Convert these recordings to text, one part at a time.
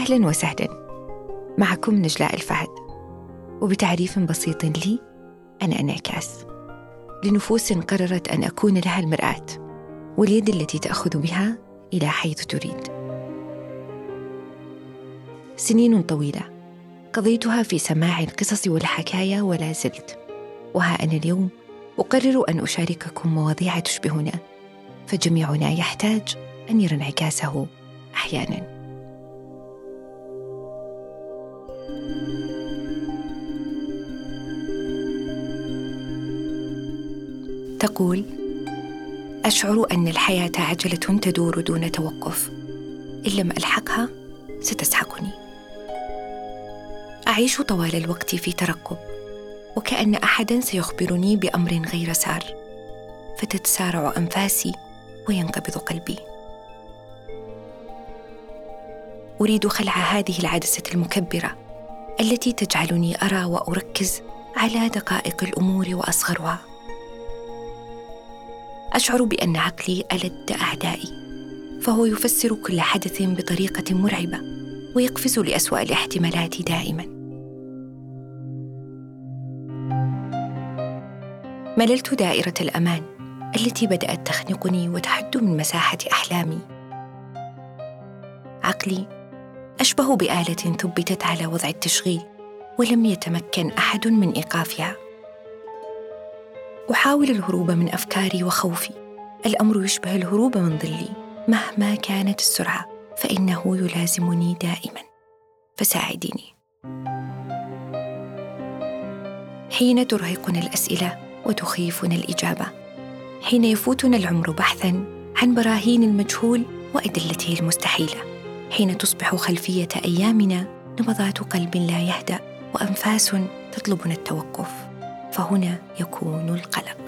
أهلاً وسهلاً، معكم نجلاء الفهد، وبتعريف بسيط لي، أنا انعكاس لنفوس قررت أن أكون لها المرآة واليد التي تأخذ بها إلى حيث تريد. سنين طويلة قضيتها في سماع القصص والحكايا ولا زلت، وها أنا اليوم أقرر أن أشارككم مواضيع تشبهنا، فجميعنا يحتاج أن يرى انعكاسه أحياناً. تقول: أشعر أن الحياة عجلة تدور دون توقف، إن لم ألحقها ستسحقني. أعيش طوال الوقت في ترقب، وكأن أحداً سيخبرني بأمر غير سار، فتتسارع أنفاسي وينقبض قلبي. أريد خلع هذه العدسة المكبرة التي تجعلني أرى وأركز على دقائق الأمور وأصغرها. أشعر بأن عقلي ألد أعدائي، فهو يفسر كل حدث بطريقة مرعبة ويقفز لأسوأ الاحتمالات دائماً. مللت دائرة الأمان التي بدأت تخنقني وتحد من مساحة أحلامي. عقلي أشبه بآلة ثبتت على وضع التشغيل ولم يتمكن أحد من إيقافها. أحاول الهروب من أفكاري وخوفي، الأمر يشبه الهروب من ظلي مهما كانت السرعة، فإنه يلازمني دائماً، فساعديني. حين ترهقنا الأسئلة وتخيفنا الإجابة، حين يفوتنا العمر بحثاً عن براهين المجهول وأدلته المستحيلة، حين تصبح خلفية أيامنا نبضات قلب لا يهدأ وأنفاس تطلبنا التوقف، فهنا يكون القلق.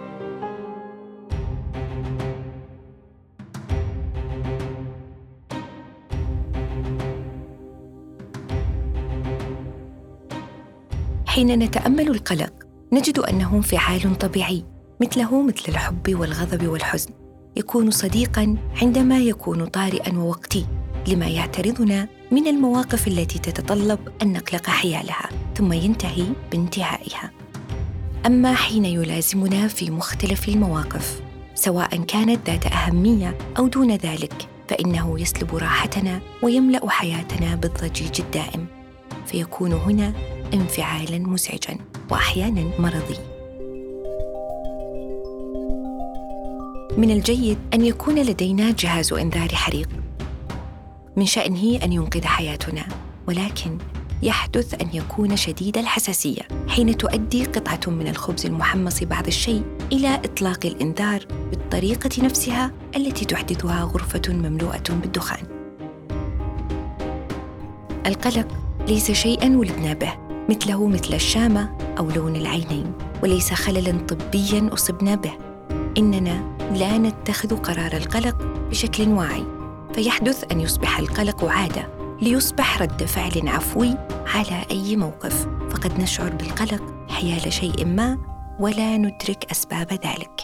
حين نتأمل القلق نجد أنه انفعال طبيعي، مثله مثل الحب والغضب والحزن، يكون صديقاً عندما يكون طارئاً ووقتي لما يعترضنا من المواقف التي تتطلب أن نقلق حيالها ثم ينتهي بانتهائها. أما حين يلازمنا في مختلف المواقف، سواء كانت ذات أهمية أو دون ذلك، فإنه يسلب راحتنا ويملأ حياتنا بالضجيج الدائم، فيكون هنا انفعالاً مزعجاً وأحياناً مرضي. من الجيد أن يكون لدينا جهاز إنذار حريق من شأنه أن ينقذ حياتنا، ولكن يحدث أن يكون شديد الحساسية حين تؤدي قطعة من الخبز المحمص بعض الشيء إلى إطلاق الإنذار بالطريقة نفسها التي تحدثها غرفة مملوءة بالدخان. القلق ليس شيئاً ولدنا به، مثله مثل الشامة أو لون العينين، وليس خللاً طبياً أصبنا به. إننا لا نتخذ قرار القلق بشكل واعي، فيحدث أن يصبح القلق عادة ليصبح رد فعل عفوي على أي موقف، فقد نشعر بالقلق حيال شيء ما ولا ندرك أسباب ذلك.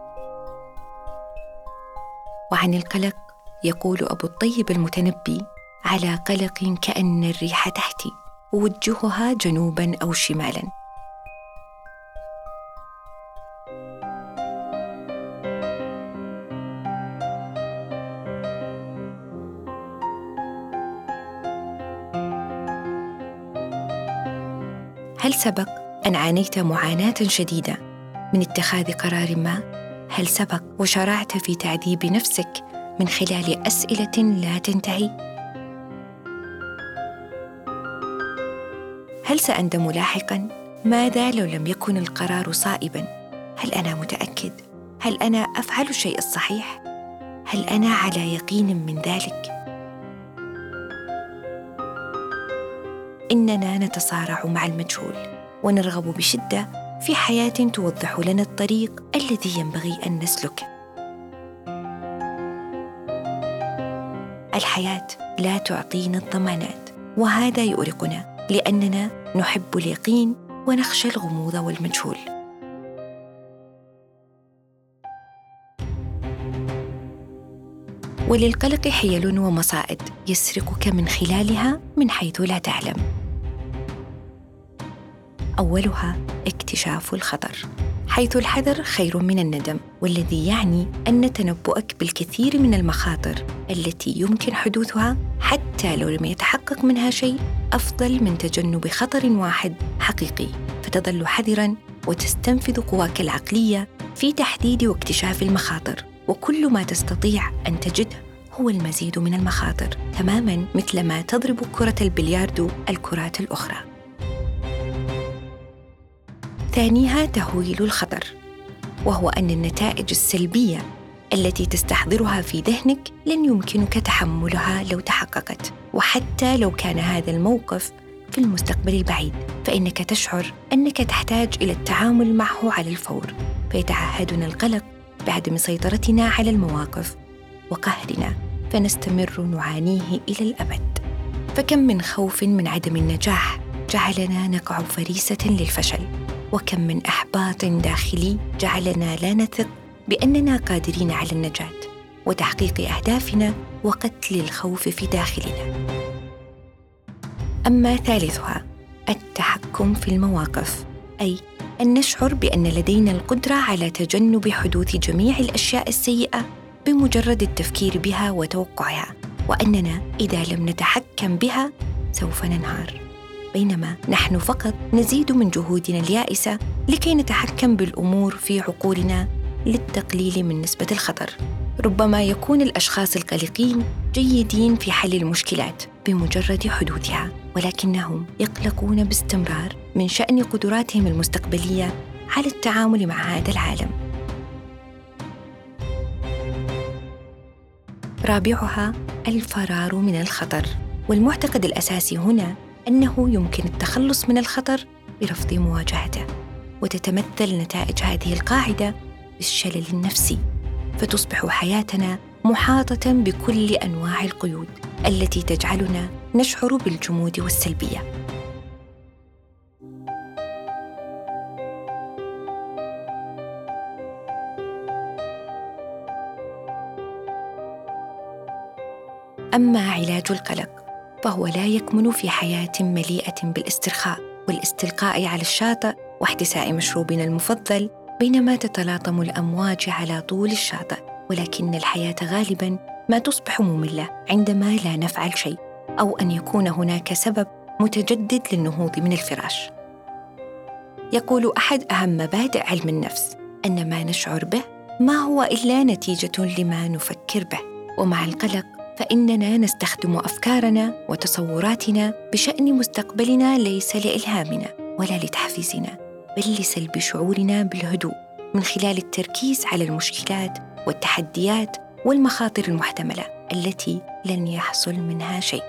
وعن القلق يقول أبو الطيب المتنبي: على قلق كأن الريح تحتي، ووجهها جنوباً أو شمالاً. هل سبق أن عانيت معاناة شديدة من اتخاذ قرار ما؟ هل سبق وشرعت في تعذيب نفسك من خلال أسئلة لا تنتهي؟ هل سأندم لاحقاً؟ ماذا لو لم يكن القرار صائباً؟ هل أنا متأكد؟ هل أنا أفعل الشيء الصحيح؟ هل أنا على يقين من ذلك؟ إننا نتصارع مع المجهول ونرغب بشدة في حياة توضح لنا الطريق الذي ينبغي أن نسلكه. الحياة لا تعطينا الضمانات، وهذا يؤرقنا لأننا نحب اليقين ونخشى الغموض والمجهول. وللقلق حيل ومصائد يسرقك من خلالها من حيث لا تعلم. أولها اكتشاف الخطر، حيث الحذر خير من الندم، والذي يعني أن تنبؤك بالكثير من المخاطر التي يمكن حدوثها حتى لو لم يتحقق منها شيء أفضل من تجنب خطر واحد حقيقي، فتظل حذراً وتستنفذ قواك العقلية في تحديد واكتشاف المخاطر، وكل ما تستطيع أن تجده هو المزيد من المخاطر، تماماً مثل ما تضرب كرة البلياردو الكرات الأخرى. ثانيها تهويل الخطر، وهو أن النتائج السلبية التي تستحضرها في ذهنك لن يمكنك تحملها لو تحققت، وحتى لو كان هذا الموقف في المستقبل البعيد، فإنك تشعر أنك تحتاج إلى التعامل معه على الفور، فيتعهدنا القلق بعدم سيطرتنا على المواقف وقهرنا، فنستمر نعانيه إلى الأبد. فكم من خوف من عدم النجاح جعلنا نقع فريسة للفشل، وكم من إحباط داخلي جعلنا لا نثق بأننا قادرين على النجاة وتحقيق أهدافنا، وقتل الخوف في داخلنا. أما ثالثها التحكم في المواقف، أي أن نشعر بأن لدينا القدرة على تجنب حدوث جميع الأشياء السيئة بمجرد التفكير بها وتوقعها، وأننا إذا لم نتحكم بها سوف ننهار، بينما نحن فقط نزيد من جهودنا اليائسة لكي نتحكم بالأمور في عقولنا للتقليل من نسبة الخطر. ربما يكون الأشخاص القلقين جيدين في حل المشكلات بمجرد حدوثها، ولكنهم يقلقون باستمرار من شأن قدراتهم المستقبلية على التعامل مع هذا العالم. رابعها الفرار من الخطر، والمعتقد الأساسي هنا أنه يمكن التخلص من الخطر برفض مواجهته، وتتمثل نتائج هذه القاعدة بالشلل النفسي، فتصبح حياتنا محاطة بكل أنواع القيود التي تجعلنا نشعر بالجمود والسلبية. أما علاج القلق فهو لا يكمن في حياة مليئة بالاسترخاء والاستلقاء على الشاطئ واحتساء مشروبنا المفضل بينما تتلاطم الأمواج على طول الشاطئ، ولكن الحياة غالباً ما تصبح مملة عندما لا نفعل شيء، أو أن يكون هناك سبب متجدد للنهوض من الفراش. يقول أحد أهم مبادئ علم النفس أن ما نشعر به ما هو إلا نتيجة لما نفكر به، ومع القلق فإننا نستخدم أفكارنا وتصوراتنا بشأن مستقبلنا ليس لإلهامنا ولا لتحفيزنا، بل لسلب شعورنا بالهدوء من خلال التركيز على المشكلات والتحديات والمخاطر المحتملة التي لن يحصل منها شيء.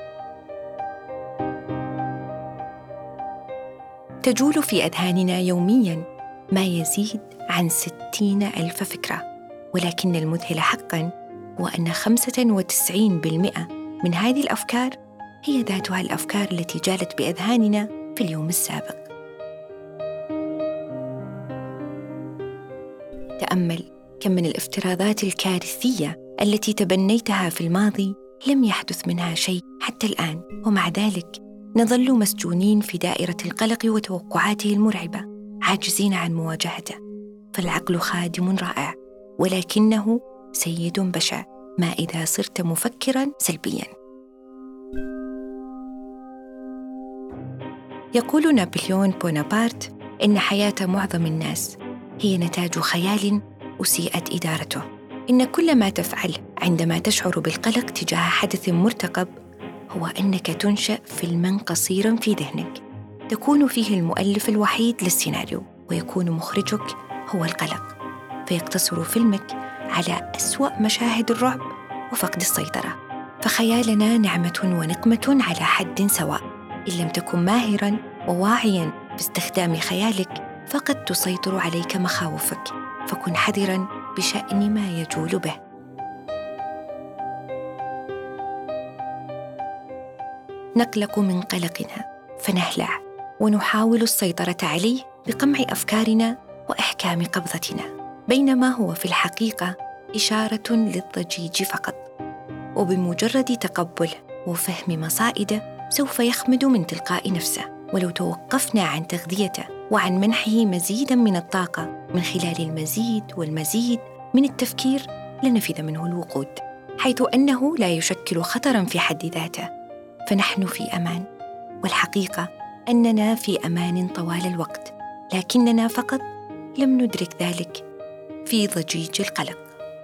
تجول في أذهاننا يومياً ما يزيد عن 60,000 فكرة، ولكن المذهل حقاً هو أن 95% من هذه الأفكار هي ذاتها الأفكار التي جالت بأذهاننا في اليوم السابق. تأمل كم من الافتراضات الكارثية التي تبنيتها في الماضي لم يحدث منها شيء حتى الآن، ومع ذلك نظل مسجونين في دائرة القلق وتوقعاته المرعبة، عاجزين عن مواجهته. فالعقل خادم رائع، ولكنه سيد بشع ما إذا صرت مفكراً سلبياً. يقول نابليون بونابرت إن حياة معظم الناس هي نتاج خيال أسيئت إدارته. إن كل ما تفعله عندما تشعر بالقلق تجاه حدث مرتقب هو أنك تنشأ فيلماً قصيراً في ذهنك تكون فيه المؤلف الوحيد للسيناريو، ويكون مخرجك هو القلق، فيقتصر فيلمك على أسوأ مشاهد الرعب وفقد السيطرة. فخيالنا نعمة ونقمة على حد سواء. إن لم تكن ماهراً وواعياً باستخدام خيالك فقد تسيطر عليك مخاوفك، فكن حذراً بشأن ما يجول به. نقلق من قلقنا فنهلع ونحاول السيطرة عليه بقمع أفكارنا وإحكام قبضتنا، بينما هو في الحقيقة إشارة للضجيج فقط. وبمجرد تقبله وفهم مصائده سوف يخمد من تلقاء نفسه. ولو توقفنا عن تغذيته وعن منحه مزيداً من الطاقة من خلال المزيد والمزيد من التفكير لنفذ منه الوقود، حيث أنه لا يشكل خطراً في حد ذاته، فنحن في أمان. والحقيقة أننا في أمان طوال الوقت، لكننا فقط لم ندرك ذلك في ضجيج القلق.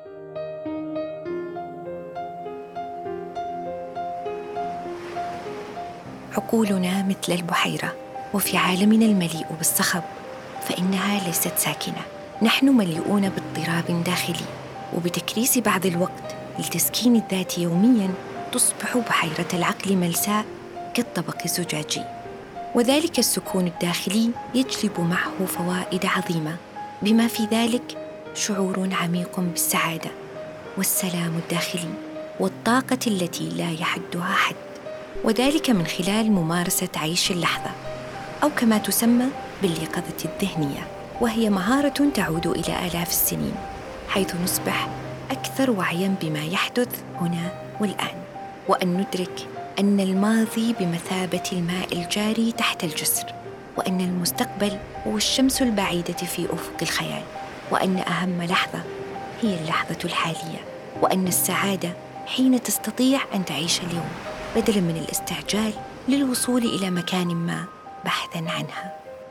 عقولنا مثل البحيرة، وفي عالمنا المليء بالصخب فإنها ليست ساكنة. نحن مليئون باضطراب داخلي، وبتكريس بعض الوقت لتسكين الذات يومياً تصبح بحيرة العقل ملساء كالطبق الزجاجي. وذلك السكون الداخلي يجلب معه فوائد عظيمة، بما في ذلك شعور عميق بالسعادة والسلام الداخلي والطاقة التي لا يحدها حد، وذلك من خلال ممارسة عيش اللحظة، أو كما تسمى باليقظة الذهنية، وهي مهارة تعود إلى آلاف السنين، حيث نصبح أكثر وعياً بما يحدث هنا والآن، وأن ندرك أن الماضي بمثابة الماء الجاري تحت الجسر، وأن المستقبل هو الشمس البعيدة في أفق الخيال، وأن أهم لحظة هي اللحظة الحالية، وأن السعادة حين تستطيع أن تعيش اليوم بدلاً من الاستعجال للوصول إلى مكان ما بحثاً عنها.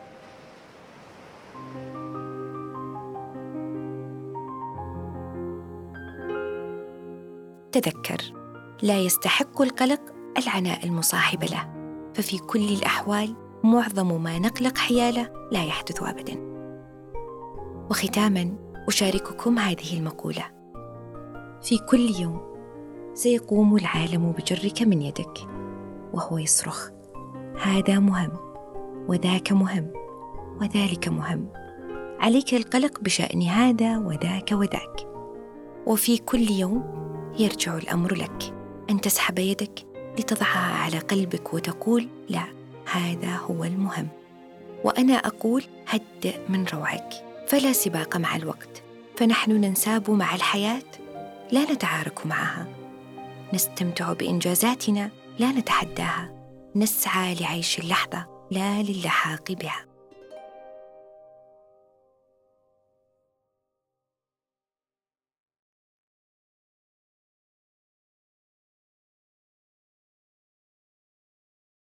تذكر، لا يستحق القلق العناء المصاحب له، ففي كل الأحوال معظم ما نقلق حياله لا يحدث أبداً. وختاماً أشارككم هذه المقولة: في كل يوم سيقوم العالم بجرك من يدك وهو يصرخ: هذا مهم، وذاك مهم، وذلك مهم، عليك القلق بشأن هذا وذاك وذاك. وفي كل يوم يرجع الأمر لك أن تسحب يدك لتضعها على قلبك وتقول: لا، هذا هو المهم. وأنا أقول: هدئ من روعك، فلا سباق مع الوقت، فنحن ننساب مع الحياة لا نتعارك معها، نستمتع بإنجازاتنا لا نتحداها، نسعى لعيش اللحظة لا للحاق بها.